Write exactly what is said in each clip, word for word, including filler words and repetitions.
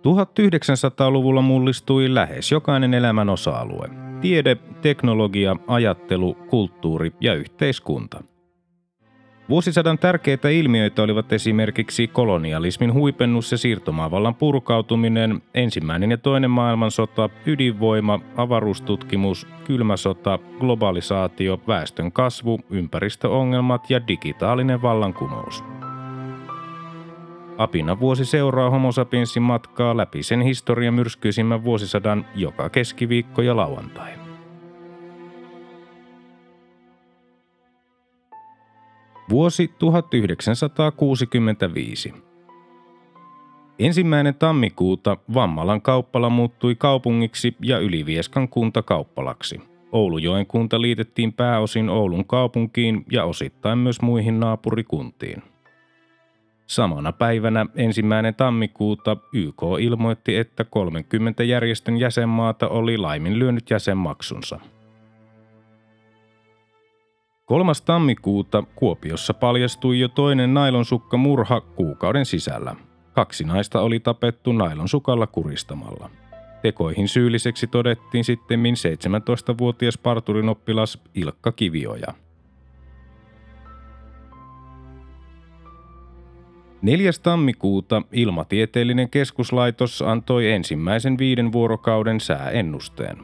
tuhatyhdeksänsataaluvulla mullistui lähes jokainen elämän osa-alue. Tiede, teknologia, ajattelu, kulttuuri ja yhteiskunta. Vuosisadan tärkeitä ilmiöitä olivat esimerkiksi kolonialismin huipennus ja siirtomaavallan purkautuminen, ensimmäinen ja toinen maailmansota, ydinvoima, avaruustutkimus, kylmä sota, globalisaatio, väestön kasvu, ympäristöongelmat ja digitaalinen vallankumous. Apina vuosi seuraa Homo sapiensin matkaa läpi sen historian myrskyisimmän vuosisadan joka keskiviikko ja lauantai. Vuosi tuhatyhdeksänsataakuusikymmentäviisi. Ensimmäinen tammikuuta Vammalan kauppala muuttui kaupungiksi ja Ylivieskan kunta kauppalaksi. Oulujoen kunta liitettiin pääosin Oulun kaupunkiin ja osittain myös muihin naapurikuntiin. Samana päivänä ensimmäinen tammikuuta Y K ilmoitti, että kolmekymmentä järjestön jäsenmaata oli laiminlyönyt jäsenmaksunsa. kolmas tammikuuta Kuopiossa paljastui jo toinen nailonsukkamurha kuukauden sisällä. Kaksi naista oli tapettu nailonsukalla kuristamalla. Tekoihin syylliseksi todettiin sittemmin seitsemäntoistavuotias parturinoppilas Ilkka Kivioja. neljäs tammikuuta Ilmatieteellinen keskuslaitos antoi ensimmäisen viiden vuorokauden sääennusteen.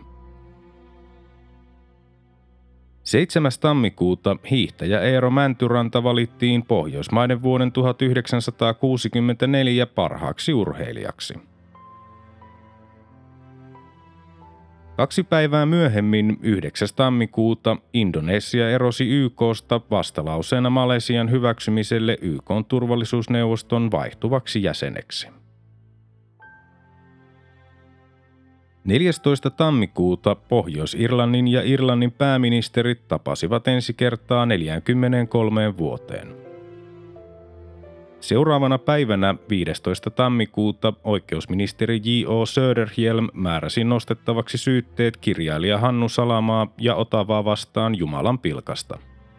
seitsemäs tammikuuta hiihtäjä Eero Mäntyranta valittiin Pohjoismaiden vuoden tuhatyhdeksänsataakuusikymmentäneljä parhaaksi urheilijaksi. Kaksi päivää myöhemmin, yhdeksäs tammikuuta, Indonesia erosi Y K:sta vastalauseena Malesian hyväksymiselle Y K:n turvallisuusneuvoston vaihtuvaksi jäseneksi. neljästoista tammikuuta Pohjois-Irlannin ja Irlannin pääministerit tapasivat ensi kertaa neljäänkymmeneenkolmeen vuoteen. Seuraavana päivänä viidestoista tammikuuta oikeusministeri J O Söderhielm määräsi nostettavaksi syytteet kirjailija Hannu Salamaa ja Otavaa vastaan Jumalan pilkasta.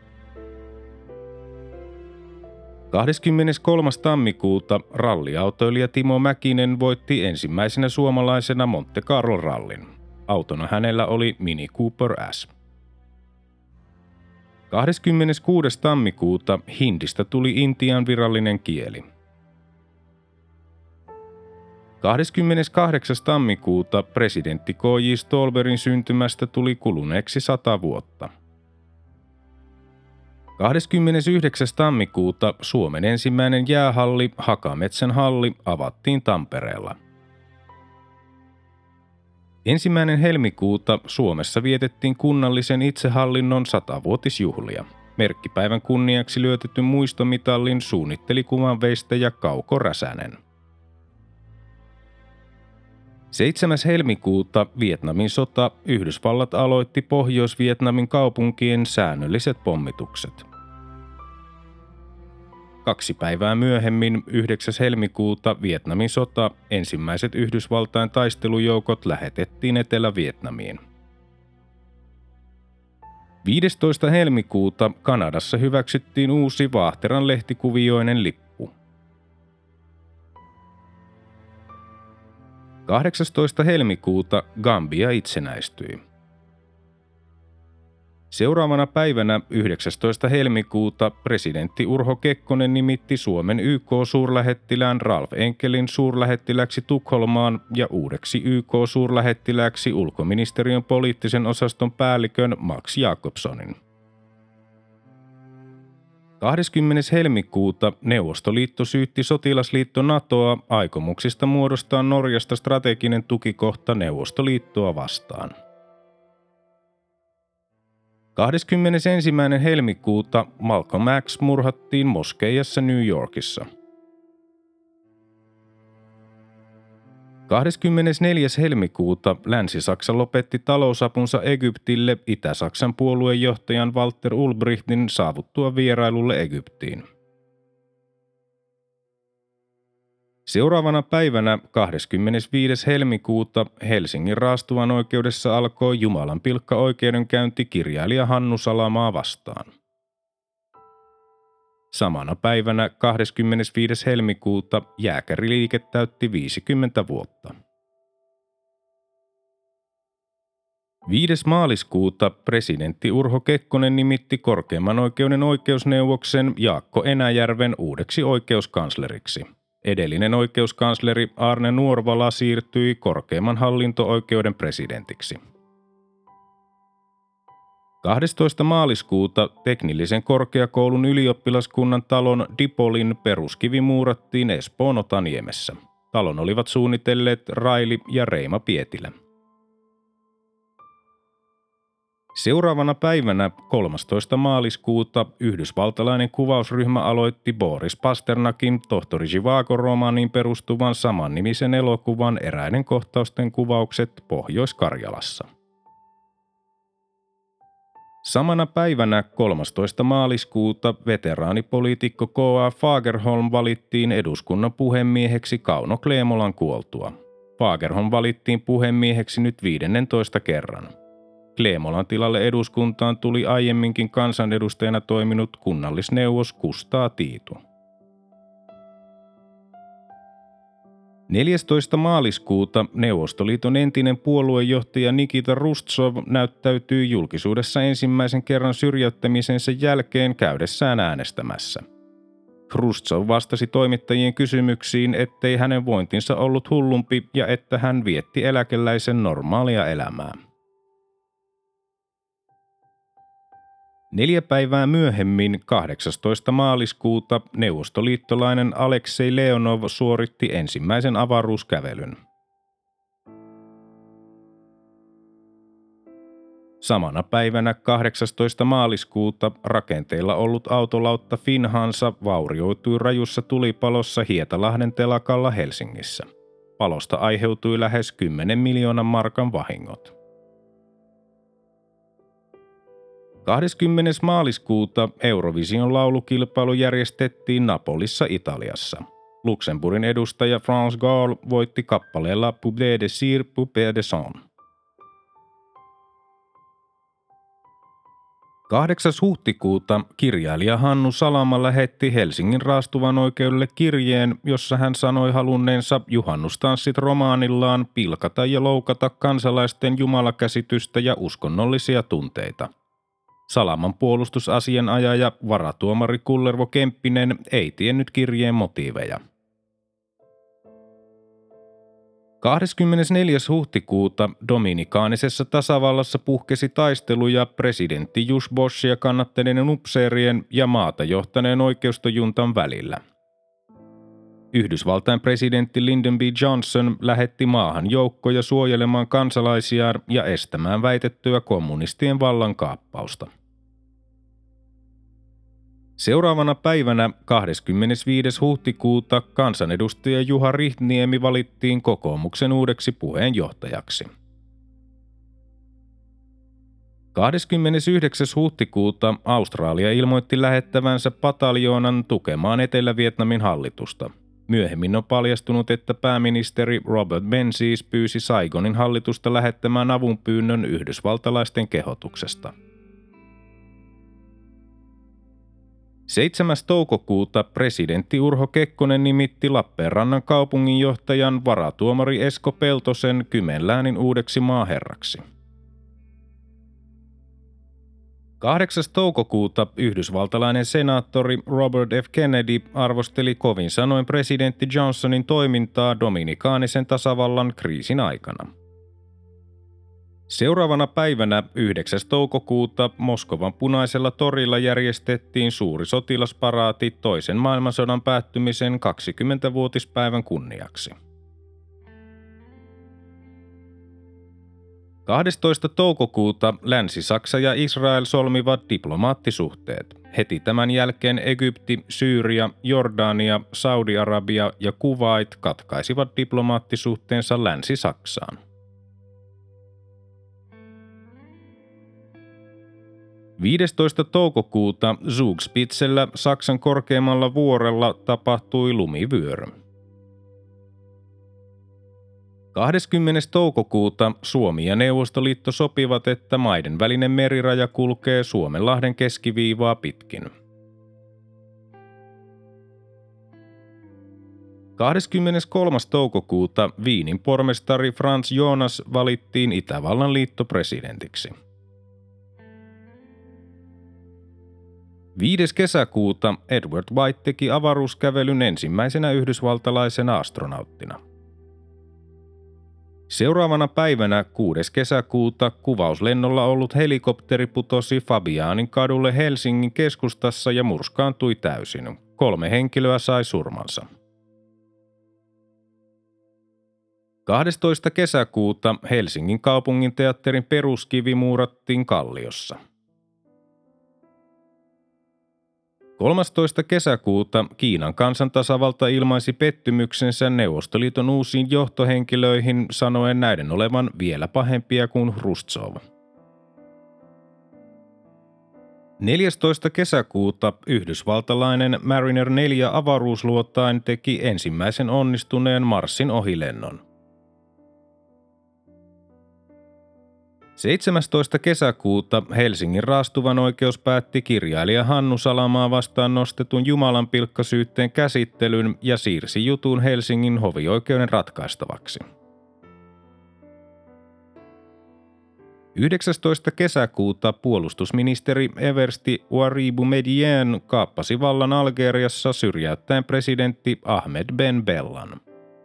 kahdeskymmeneskolmas tammikuuta ralliautoilija Timo Mäkinen voitti ensimmäisenä suomalaisena Monte Carlo rallin. Autona hänellä oli Mini Cooper S. kahdeskymmeneskuudes tammikuuta hindistä tuli Intian virallinen kieli. kahdeskymmeneskahdeksas tammikuuta presidentti K J Ståhlbergin syntymästä tuli kuluneeksi sata vuotta. kahdeskymmenesyhdeksäs tammikuuta Suomen ensimmäinen jäähalli Hakametsän halli avattiin Tampereella. Ensimmäinen helmikuuta Suomessa vietettiin kunnallisen itsehallinnon satavuotisjuhlia. Merkkipäivän kunniaksi lyötetyn muistomitallin suunnitteli kuvanveistäjä Kauko Räsänen. seitsemäs helmikuuta Vietnamin sota Yhdysvallat aloitti Pohjois-Vietnamin kaupunkien säännölliset pommitukset. Kaksi päivää myöhemmin, yhdeksäs helmikuuta Vietnamin sota, ensimmäiset Yhdysvaltain taistelujoukot lähetettiin Etelä-Vietnamiin. viidestoista helmikuuta Kanadassa hyväksyttiin uusi vaahteran lehtikuvioinen lippu. kahdeksastoista helmikuuta Gambia itsenäistyi. Seuraavana päivänä yhdeksästoista helmikuuta presidentti Urho Kekkonen nimitti Suomen Y K-suurlähettilään Ralf Enkelin suurlähettiläksi Tukholmaan ja uudeksi Y K-suurlähettilääksi ulkoministeriön poliittisen osaston päällikön Max Jakobsonin. kahdeskymmenes helmikuuta Neuvostoliitto syytti sotilasliitto NATOa aikomuksista muodostaa Norjasta strateginen tukikohta Neuvostoliittoa vastaan. kahdeskymmenesensimmäinen helmikuuta Malcolm X murhattiin moskeijassa New Yorkissa. kahdeskymmenesneljäs helmikuuta Länsi-Saksa lopetti talousapunsa Egyptille Itä-Saksan puoluejohtajan Walter Ulbrichtin saavuttua vierailulle Egyptiin. Seuraavana päivänä kahdeskymmenesviides helmikuuta Helsingin Raastuvan oikeudessa alkoi Jumalan pilkka-oikeudenkäynti kirjailija Hannu Salamaa vastaan. Samana päivänä kahdeskymmenesviides helmikuuta jääkäriliike täytti viisikymmentä vuotta. viides maaliskuuta presidentti Urho Kekkonen nimitti korkeimman oikeuden oikeusneuvoksen Jaakko Enäjärven uudeksi oikeuskansleriksi. Edellinen oikeuskansleri Arne Nuorvala siirtyi korkeimman hallinto-oikeuden presidentiksi. kahdestoista maaliskuuta teknillisen korkeakoulun ylioppilaskunnan talon Dipolin peruskivi muurattiin Espoon Otaniemessä. Talon olivat suunnitelleet Raili ja Reima Pietilä. Seuraavana päivänä kolmastoista maaliskuuta yhdysvaltalainen kuvausryhmä aloitti Boris Pasternakin tohtori Živago-romaaniin perustuvan samannimisen elokuvan eräiden kohtausten kuvaukset Pohjois-Karjalassa. Samana päivänä kolmastoista maaliskuuta veteraanipoliitikko K A Fagerholm valittiin eduskunnan puhemieheksi Kauno Kleemolan kuoltua. Fagerholm valittiin puhemieheksi nyt viidennentoista kerran. Kleemolan tilalle eduskuntaan tuli aiemminkin kansanedustajana toiminut kunnallisneuvos Kustaa Tiitu. neljästoista maaliskuuta Neuvostoliiton entinen puoluejohtaja Nikita Hrustsov näyttäytyi julkisuudessa ensimmäisen kerran syrjäyttämisensä jälkeen käydessään äänestämässä. Hrustsov vastasi toimittajien kysymyksiin, ettei hänen vointinsa ollut hullumpi ja että hän vietti eläkeläisen normaalia elämää. Neljä päivää myöhemmin, kahdeksastoista maaliskuuta, neuvostoliittolainen Aleksei Leonov suoritti ensimmäisen avaruuskävelyn. Samana päivänä kahdeksastoista maaliskuuta rakenteilla ollut autolautta Finnhansa vaurioitui rajussa tulipalossa Hietalahden telakalla Helsingissä. Palosta aiheutui lähes kymmenen miljoonan markan vahingot. kahdeskymmenes maaliskuuta Eurovision laulukilpailu järjestettiin Napolissa Italiassa. Luxemburgin edustaja France Gall voitti kappaleella Poupée de cire, Poupée de son. kahdeksas huhtikuuta kirjailija Hannu Salama lähetti Helsingin raastuvan oikeudelle kirjeen, jossa hän sanoi halunneensa juhannustanssit romaanillaan pilkata ja loukata kansalaisten jumalakäsitystä ja uskonnollisia tunteita. Salaman puolustusasianajaja varatuomari Kullervo Kemppinen ei tiennyt kirjeen motiiveja. kahdeskymmenesneljäs huhtikuuta Dominikaanisessa tasavallassa puhkesi taistelu ja presidentti Just Boschia kannatteneiden upseerien ja maata johtaneen oikeistojuntan välillä. Yhdysvaltain presidentti Lyndon B. Johnson lähetti maahan joukkoja suojelemaan kansalaisiaan ja estämään väitettyä kommunistien vallankaappausta. Seuraavana päivänä kahdeskymmenesviides huhtikuuta kansanedustaja Juha Rihtniemi valittiin kokoomuksen uudeksi puheenjohtajaksi. kahdeskymmenesyhdeksäs huhtikuuta Australia ilmoitti lähettävänsä pataljoonan tukemaan Etelä-Vietnamin hallitusta. Myöhemmin on paljastunut, että pääministeri Robert Menzies pyysi Saigonin hallitusta lähettämään avunpyynnön yhdysvaltalaisten kehotuksesta. seitsemäs toukokuuta presidentti Urho Kekkonen nimitti Lappeenrannan kaupunginjohtajan varatuomari Esko Peltosen Kymenläänin uudeksi maaherraksi. kahdeksas toukokuuta yhdysvaltalainen senaattori Robert F. Kennedy arvosteli kovin sanoin presidentti Johnsonin toimintaa Dominikaanisen tasavallan kriisin aikana. Seuraavana päivänä yhdeksäs toukokuuta Moskovan Punaisella torilla järjestettiin suuri sotilasparaati toisen maailmansodan päättymisen kaksikymmenvuotispäivän kunniaksi. kahdestoista toukokuuta Länsi-Saksa ja Israel solmivat diplomaattisuhteet. Heti tämän jälkeen Egypti, Syyria, Jordania, Saudi-Arabia ja Kuwait katkaisivat diplomaattisuhteensa Länsi-Saksaan. viidestoista toukokuuta Zugspitzellä Saksan korkeimmalla vuorella tapahtui lumivyöry. kahdeskymmenes toukokuuta Suomi ja Neuvostoliitto sopivat, että maiden välinen meriraja kulkee Suomenlahden keskiviivaa pitkin. kahdeskymmeneskolmas toukokuuta Wienin pormestari Franz Jonas valittiin Itävallan liittopresidentiksi. viides kesäkuuta Edward White teki avaruuskävelyn ensimmäisenä yhdysvaltalaisena astronauttina. Seuraavana päivänä kuudes kesäkuuta kuvauslennolla ollut helikopteri putosi Fabianin kadulle Helsingin keskustassa ja murskaantui täysin. Kolme henkilöä sai surmansa. kahdestoista kesäkuuta Helsingin kaupunginteatterin peruskivi muurattiin Kalliossa. kolmastoista kesäkuuta Kiinan kansantasavalta ilmaisi pettymyksensä Neuvostoliiton uusiin johtohenkilöihin sanoen näiden olevan vielä pahempia kuin Hrustsov. neljästoista kesäkuuta yhdysvaltalainen Mariner neljä avaruusluotain teki ensimmäisen onnistuneen Marsin ohilennon. seitsemästoista kesäkuuta Helsingin raastuvan oikeus päätti kirjailija Hannu Salamaa vastaan nostetun jumalanpilkkasyytteen käsittelyn ja siirsi jutun Helsingin hovioikeuden ratkaistavaksi. yhdeksästoista kesäkuuta puolustusministeri Eversti Ouarebu-Medien kaappasi vallan Algeriassa syrjäyttäen presidentti Ahmed Ben Bellan.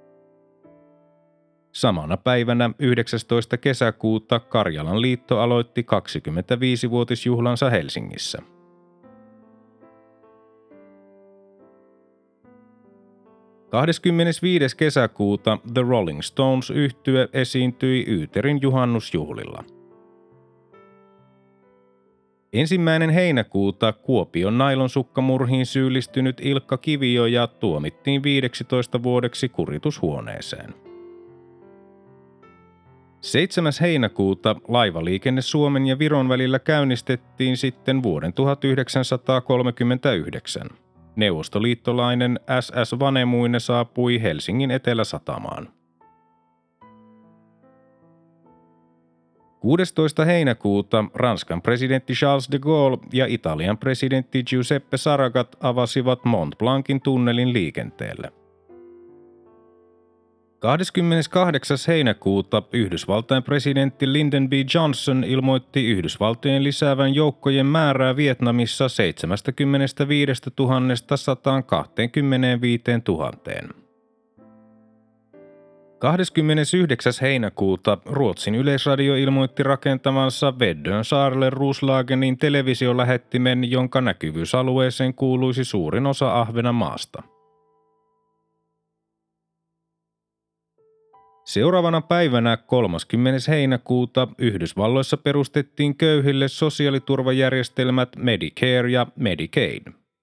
Samana päivänä yhdeksästoista kesäkuuta Karjalan liitto aloitti kaksikymmentäviisivuotisjuhlansa Helsingissä. kahdeskymmenesviides kesäkuuta The Rolling Stones -yhtye esiintyi Yyterin juhannusjuhlilla. Ensimmäinen heinäkuuta Kuopion nailonsukkamurhiin syyllistynyt Ilkka Kivioja tuomittiin viideksitoista vuodeksi kuritushuoneeseen. seitsemäs heinäkuuta laivaliikenne Suomen ja Viron välillä käynnistettiin sitten vuoden tuhatyhdeksänsataakolmekymmentäyhdeksän. Neuvostoliittolainen S S Vanemuine saapui Helsingin eteläsatamaan. kuudestoista heinäkuuta Ranskan presidentti Charles de Gaulle ja Italian presidentti Giuseppe Saragat avasivat Mont Blancin tunnelin liikenteelle. kahdeskymmeneskahdeksas heinäkuuta Yhdysvaltain presidentti Lyndon B. Johnson ilmoitti Yhdysvaltojen lisäävän joukkojen määrää Vietnamissa seitsemänkymmentäviisituhatta sataakaksikymmentäviisituhatta. kahdeskymmenesyhdeksäs heinäkuuta Ruotsin yleisradio ilmoitti rakentavansa Väddön saarelle Roslagenin televisiolähettimen, jonka näkyvyysalueeseen kuuluisi suurin osa Ahvenanmaasta. Seuraavana päivänä kolmaskymmenes heinäkuuta Yhdysvalloissa perustettiin köyhille sosiaaliturvajärjestelmät Medicare ja Medicaid.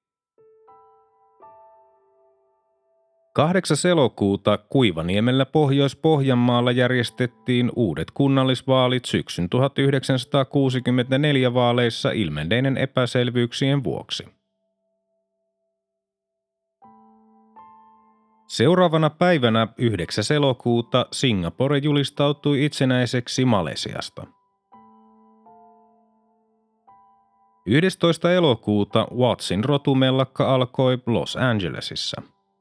kahdeksas elokuuta Kuivaniemellä Pohjois-Pohjanmaalla järjestettiin uudet kunnallisvaalit syksyn tuhatyhdeksänsataakuusikymmentäneljä vaaleissa ilmenneiden epäselvyyksien vuoksi. Seuraavana päivänä yhdeksäs elokuuta Singapore julistautui itsenäiseksi Malesiasta. yhdestoista elokuuta Wattsin rotumellakka alkoi Los Angelesissa.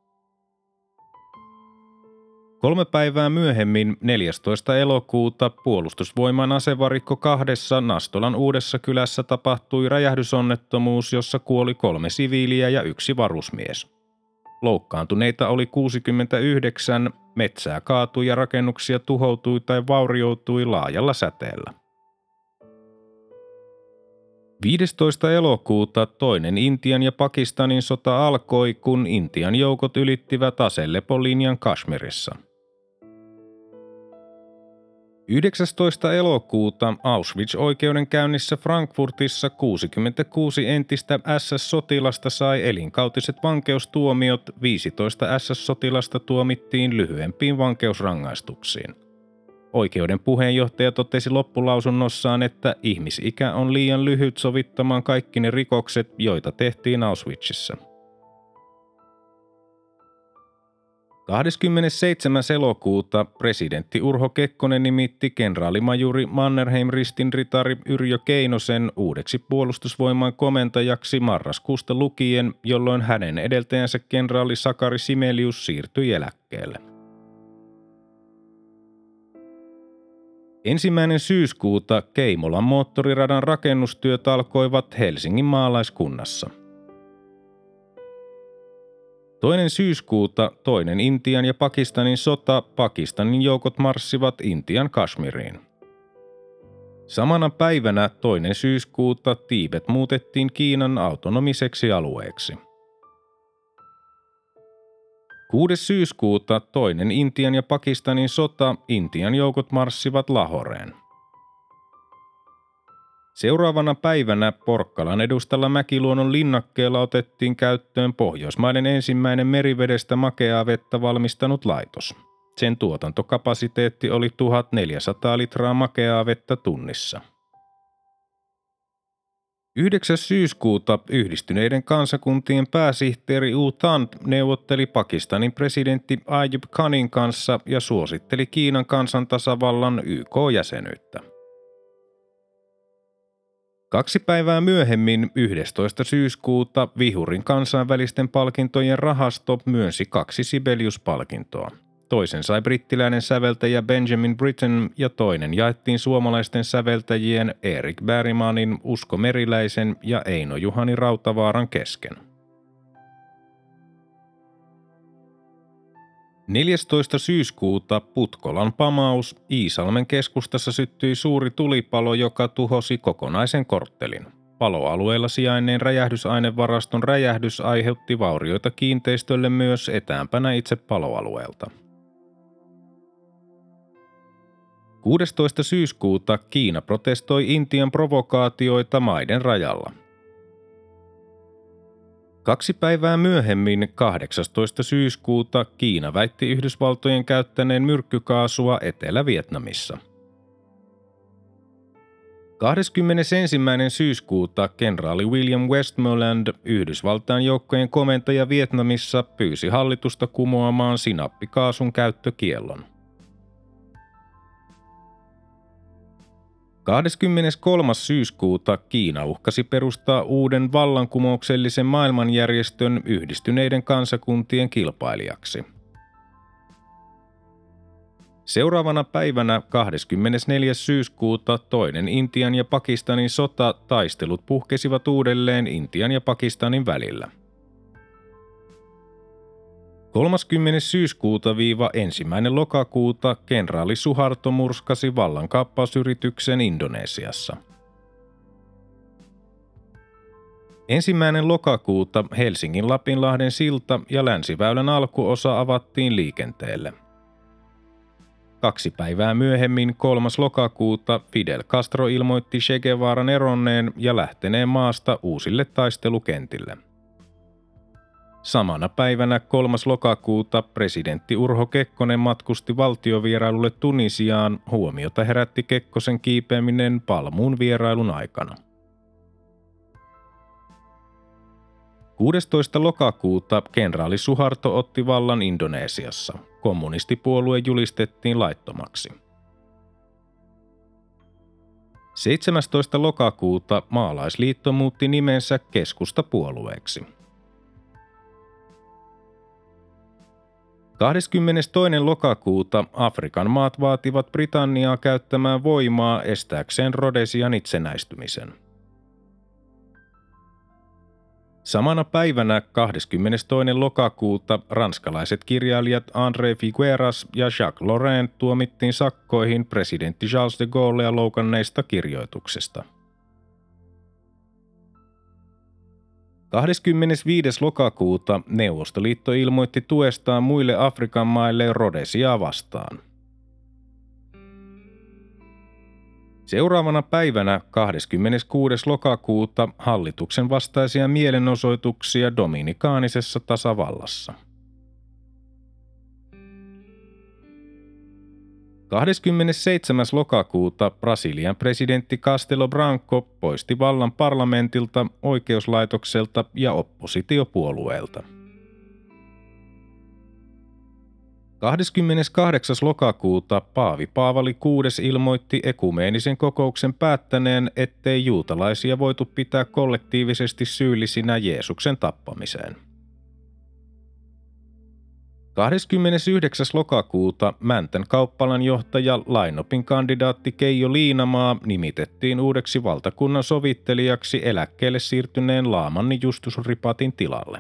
Kolme päivää myöhemmin, neljästoista elokuuta, puolustusvoiman asevarikko kahdessa Nastolan Uudessa kylässä tapahtui räjähdysonnettomuus, jossa kuoli kolme siviiliä ja yksi varusmies. Loukkaantuneita oli kuusikymmentäyhdeksän, metsää kaatui ja rakennuksia tuhoutui tai vaurioitui laajalla säteellä. viidestoista elokuuta toinen Intian ja Pakistanin sota alkoi, kun Intian joukot ylittivät aselepolinjan Kashmirissa. yhdeksästoista elokuuta Auschwitz-oikeudenkäynnissä Frankfurtissa kuusikymmentäkuusi entistä S S-sotilasta sai elinkautiset vankeustuomiot, viisitoista S S-sotilasta tuomittiin lyhyempiin vankeusrangaistuksiin. Oikeuden puheenjohtaja totesi loppulausunnossaan, että ihmisikä on liian lyhyt sovittamaan kaikki ne rikokset, joita tehtiin Auschwitzissa. kahdeskymmenesseitsemäs elokuuta presidentti Urho Kekkonen nimitti kenraalimajuri Mannerheim-ristinritari Yrjö Keinosen uudeksi puolustusvoimain komentajaksi marraskuusta lukien, jolloin hänen edeltäjänsä kenraali Sakari Simelius siirtyi eläkkeelle. Ensimmäinen syyskuuta Keimolan moottoriradan rakennustyöt alkoivat Helsingin maalaiskunnassa. Toinen syyskuuta toinen Intian ja Pakistanin sota, Pakistanin joukot marssivat Intian Kashmiriin. Samana päivänä toinen syyskuuta Tiibet muutettiin Kiinan autonomiseksi alueeksi. kuudes syyskuuta toinen Intian ja Pakistanin sota, Intian joukot marssivat Lahoreen. Seuraavana päivänä Porkkalan edustalla Mäkiluodon linnakkeella otettiin käyttöön Pohjoismaiden ensimmäinen merivedestä makeaa vettä valmistanut laitos. Sen tuotantokapasiteetti oli tuhatneljäsataa litraa makeaa vettä tunnissa. yhdeksäs syyskuuta Yhdistyneiden kansakuntien pääsihteeri U Thant neuvotteli Pakistanin presidentti Ayub Khanin kanssa ja suositteli Kiinan kansantasavallan Y K-jäsenyyttä. Kaksi päivää myöhemmin, yhdestoista syyskuuta, Vihurin kansainvälisten palkintojen rahasto myönsi kaksi Sibelius-palkintoa. Toisen sai brittiläinen säveltäjä Benjamin Britten ja toinen jaettiin suomalaisten säveltäjien Erik Bergmanin, Usko Meriläisen ja Eino Juhani Rautavaaran kesken. neljästoista syyskuuta Putkolan pamaus, Iisalmen keskustassa syttyi suuri tulipalo, joka tuhosi kokonaisen korttelin. Paloalueella sijainneen räjähdysainevaraston räjähdys aiheutti vaurioita kiinteistölle myös etäämpänä itse paloalueelta. kuudestoista syyskuuta Kiina protestoi Intian provokaatioita maiden rajalla. Kaksi päivää myöhemmin, kahdeksastoista syyskuuta, Kiina väitti Yhdysvaltojen käyttäneen myrkkykaasua Etelä-Vietnamissa. kahdeskymmenesensimmäinen syyskuuta kenraali William Westmoreland, Yhdysvaltain joukkojen komentaja Vietnamissa, pyysi hallitusta kumoamaan sinappikaasun käyttökiellon. kahdeskymmeneskolmas syyskuuta Kiina uhkasi perustaa uuden vallankumouksellisen maailmanjärjestön Yhdistyneiden kansakuntien kilpailijaksi. Seuraavana päivänä kahdeskymmenesneljäs syyskuuta toinen Intian ja Pakistanin sota, taistelut puhkesivat uudelleen Intian ja Pakistanin välillä. kolmaskymmenes syyskuuta viiva ensimmäinen lokakuuta kenraali Suharto murskasi vallankaappausyrityksen Indonesiassa. Ensimmäinen lokakuuta Helsingin Lapinlahden silta ja Länsiväylän alkuosa avattiin liikenteelle. Kaksi päivää myöhemmin, kolmas lokakuuta, Fidel Castro ilmoitti Che Guevaran eronneen ja lähteneen maasta uusille taistelukentille. Samana päivänä kolmas lokakuuta presidentti Urho Kekkonen matkusti valtiovierailulle Tunisiaan, huomiota herätti Kekkosen kiipeäminen Palmuun vierailun aikana. kuudestoista lokakuuta kenraali Suharto otti vallan Indonesiassa. Kommunistipuolue julistettiin laittomaksi. seitsemästoista lokakuuta Maalaisliitto muutti nimensä Keskustapuolueeksi. kahdeskymmenestoinen lokakuuta Afrikan maat vaativat Britanniaa käyttämään voimaa estääkseen Rhodesian itsenäistymisen. Samana päivänä kahdeskymmenestoinen lokakuuta ranskalaiset kirjailijat André Figueras ja Jacques Laurent tuomittiin sakkoihin presidentti Charles de Gaulea loukanneista kirjoituksesta. kahdeskymmenesviides lokakuuta Neuvostoliitto ilmoitti tuestaan muille Afrikan maille Rhodesiaa vastaan. Seuraavana päivänä kahdeskymmeneskuudes lokakuuta hallituksen vastaisia mielenosoituksia Dominikaanisessa tasavallassa. kahdeskymmenesseitsemäs lokakuuta Brasilian presidentti Castelo Branco poisti vallan parlamentilta, oikeuslaitokselta ja oppositiopuolueelta. kahdeskymmeneskahdeksas lokakuuta Paavi Paavali kuudes ilmoitti ekumeenisen kokouksen päättäneen, ettei juutalaisia voitu pitää kollektiivisesti syyllisinä Jeesuksen tappamiseen. kahdeskymmenesyhdeksäs lokakuuta Mäntän kauppalan johtaja Lainopin kandidaatti Keijo Liinamaa nimitettiin uudeksi valtakunnan sovittelijaksi eläkkeelle siirtyneen Laamanni Justus Ripatin tilalle.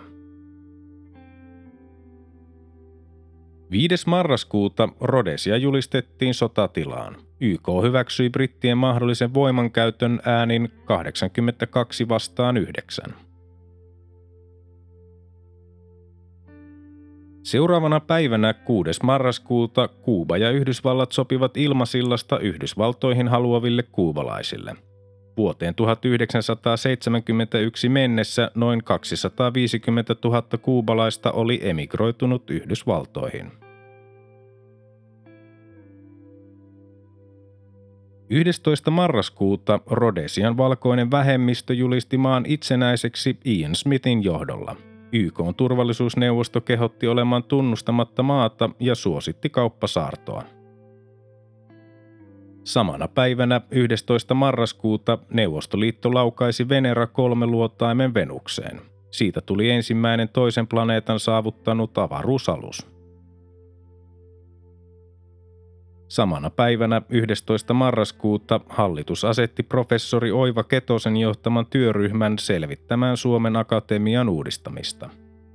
viides marraskuuta Rhodesia julistettiin sotatilaan. Y K hyväksyi brittien mahdollisen voimankäytön äänin kahdeksankymmentäkaksi vastaan yhdeksän. Seuraavana päivänä kuudes marraskuuta Kuuba ja Yhdysvallat sopivat ilmasillasta Yhdysvaltoihin haluaville kuubalaisille. Vuoteen tuhatyhdeksänsataaseitsemänkymmentäyksi mennessä noin kaksisataaviisikymmentätuhatta kuubalaista oli emigroitunut Yhdysvaltoihin. yhdestoista marraskuuta Rhodesian valkoinen vähemmistö julisti maan itsenäiseksi Ian Smithin johdolla. Y K:n turvallisuusneuvosto kehotti olemaan tunnustamatta maata ja suositti kauppasaartoa. Samana päivänä yhdestoista marraskuuta Neuvostoliitto laukaisi Venera kolme luotaimen Venukseen. Siitä tuli ensimmäinen toisen planeetan saavuttanut avaruusalus. Samana päivänä yhdestoista marraskuuta hallitus asetti professori Oiva Ketosen johtaman työryhmän selvittämään Suomen Akatemian uudistamista.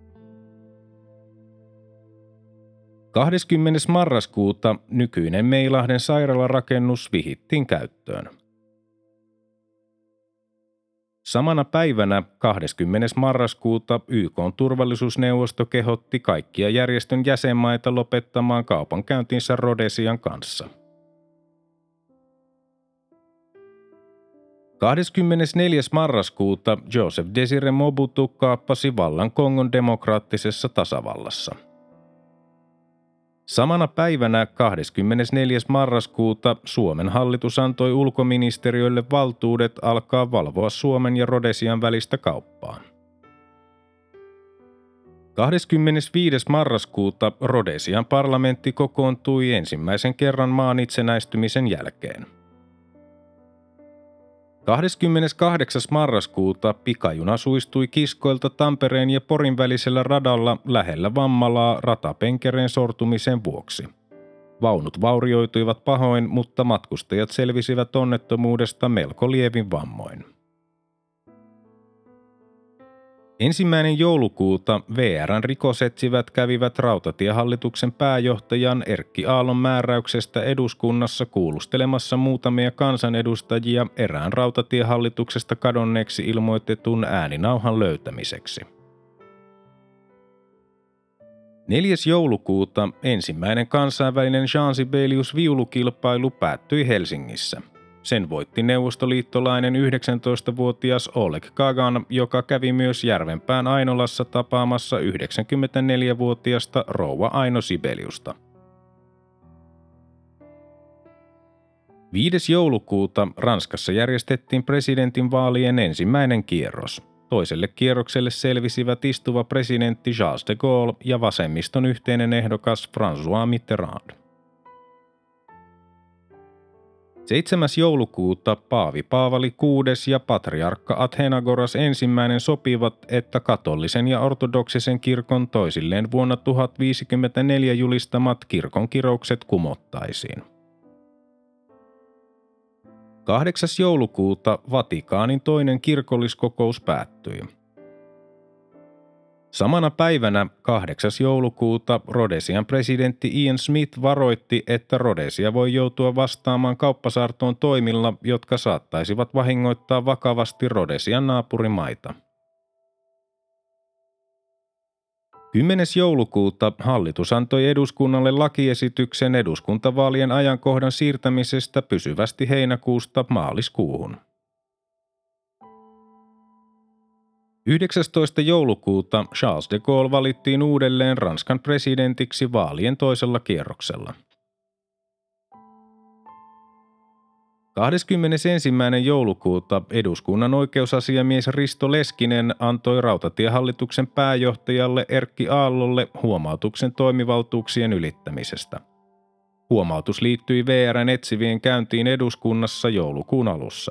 kahdeskymmenes marraskuuta nykyinen Meilahden sairaalarakennus vihittiin käyttöön. Samana päivänä kahdeskymmenes marraskuuta Y K:n turvallisuusneuvosto kehotti kaikkia järjestön jäsenmaita lopettamaan kaupankäyntinsä Rhodesian kanssa. kahdeskymmenesneljäs marraskuuta Joseph Desire Mobutu kaappasi vallan Kongon demokraattisessa tasavallassa. Samana päivänä kahdeskymmenesneljäs marraskuuta Suomen hallitus antoi ulkoministeriölle valtuudet alkaa valvoa Suomen ja Rhodesian välistä kauppaa. kahdeskymmenesviides marraskuuta Rhodesian parlamentti kokoontui ensimmäisen kerran maan itsenäistymisen jälkeen. kahdeskymmeneskahdeksas marraskuuta pikajuna suistui kiskoilta Tampereen ja Porin välisellä radalla lähellä Vammalaa ratapenkereen sortumisen vuoksi. Vaunut vaurioituivat pahoin, mutta matkustajat selvisivät onnettomuudesta melko lievin vammoin. Ensimmäinen joulukuuta V R:n rikosetsivät kävivät rautatiehallituksen pääjohtajan Erkki Aallon määräyksestä eduskunnassa kuulustelemassa muutamia kansanedustajia erään rautatiehallituksesta kadonneeksi ilmoitetun ääninauhan löytämiseksi. neljäs joulukuuta ensimmäinen kansainvälinen Jean Sibelius-viulukilpailu päättyi Helsingissä. Sen voitti neuvostoliittolainen yhdeksäntoistavuotias Oleg Kagan, joka kävi myös Järvenpään Ainolassa tapaamassa yhdeksänkymmentäneljävuotiasta rouva Aino Sibeliusta. viides joulukuuta Ranskassa järjestettiin presidentinvaalien ensimmäinen kierros. Toiselle kierrokselle selvisivät istuva presidentti Charles de Gaulle ja vasemmiston yhteinen ehdokas François Mitterrand. seitsemäs joulukuuta Paavi Paavali kuudes ja patriarkka Athenagoras ensimmäinen sopivat, että katolisen ja ortodoksisen kirkon toisilleen vuonna tuhatviisikymmentäneljä julistamat kirkonkiroukset kumottaisiin. kahdeksas joulukuuta Vatikaanin toinen kirkolliskokous päättyi. Samana päivänä kahdeksas joulukuuta Rhodesian presidentti Ian Smith varoitti, että Rhodesia voi joutua vastaamaan kauppasaartoon toimilla, jotka saattaisivat vahingoittaa vakavasti Rhodesian naapurimaita. kymmenes joulukuuta hallitus antoi eduskunnalle lakiesityksen eduskuntavaalien ajankohdan siirtämisestä pysyvästi heinäkuusta maaliskuuhun. yhdeksästoista joulukuuta Charles de Gaulle valittiin uudelleen Ranskan presidentiksi vaalien toisella kierroksella. kahdeskymmenesensimmäinen joulukuuta eduskunnan oikeusasiamies Risto Leskinen antoi Rautatiehallituksen pääjohtajalle Erkki Aallolle huomautuksen toimivaltuuksien ylittämisestä. Huomautus liittyi V R:n etsivien käyntiin eduskunnassa joulukuun alussa.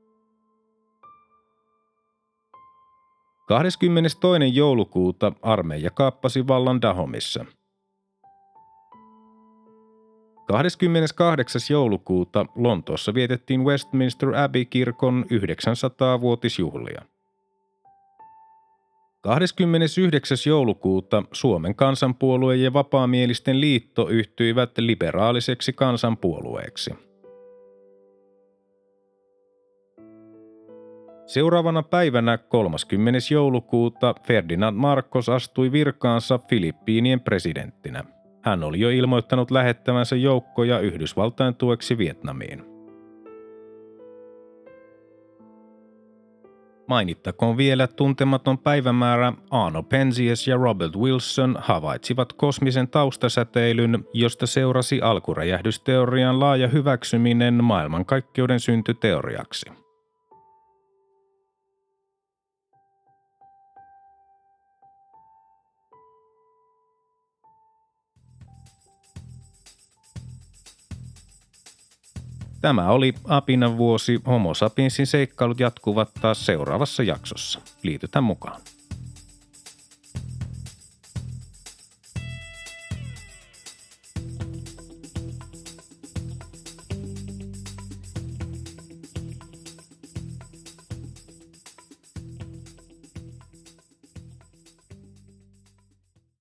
kahdeskymmenestoinen joulukuuta armeija kaappasi vallan Dahomissa. kahdeskymmeneskahdeksas joulukuuta Lontoossa vietettiin Westminster Abbey-kirkon yhdeksänsataa-vuotisjuhlia. kahdeskymmenesyhdeksäs joulukuuta Suomen kansanpuolue ja Vapaamielisten liitto yhtyivät liberaaliseksi kansanpuolueeksi. Seuraavana päivänä kolmaskymmenes joulukuuta Ferdinand Marcos astui virkaansa Filippiinien presidenttinä. Hän oli jo ilmoittanut lähettävänsä joukkoja Yhdysvaltain tueksi Vietnamiin. Mainittakoon vielä tuntematon päivämäärä Arno Penzias ja Robert Wilson havaitsivat kosmisen taustasäteilyn, josta seurasi alkuräjähdysteorian laaja hyväksyminen maailmankaikkeuden syntyteoriaksi. Tämä oli Apinan vuosi. Homo sapiensin seikkailut jatkuvat taas seuraavassa jaksossa. Liitytään mukaan.